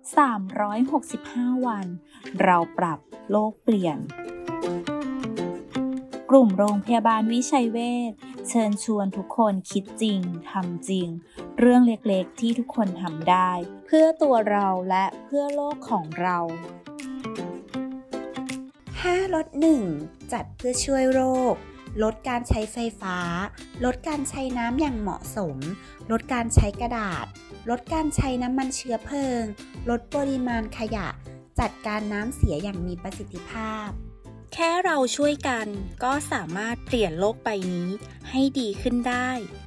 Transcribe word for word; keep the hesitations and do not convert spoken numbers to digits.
สามร้อยหกสิบห้า วัน เราปรับโลกเปลี่ยน กลุ่มโรงพยาบาลวิชัยเวชเชิญชวนทุกคนคิดจริง ทำจริง เรื่องเล็กๆที่ทุกคนทำได้ เพื่อตัวเราและเพื่อโลกของเราห้า ลด หนึ่ง จัดเพื่อช่วยโรค ลดการใช้ไฟฟ้า ลดการใช้น้ำอย่างเหมาะสม ลดการใช้กระดาษ ลดการใช้น้ำมันเชื้อเพลิง ลดปริมาณขยะ จัดการน้ำเสียอย่างมีประสิทธิภาพแค่เราช่วยกันก็สามารถเปลี่ยนโลกใบนี้ให้ดีขึ้นได้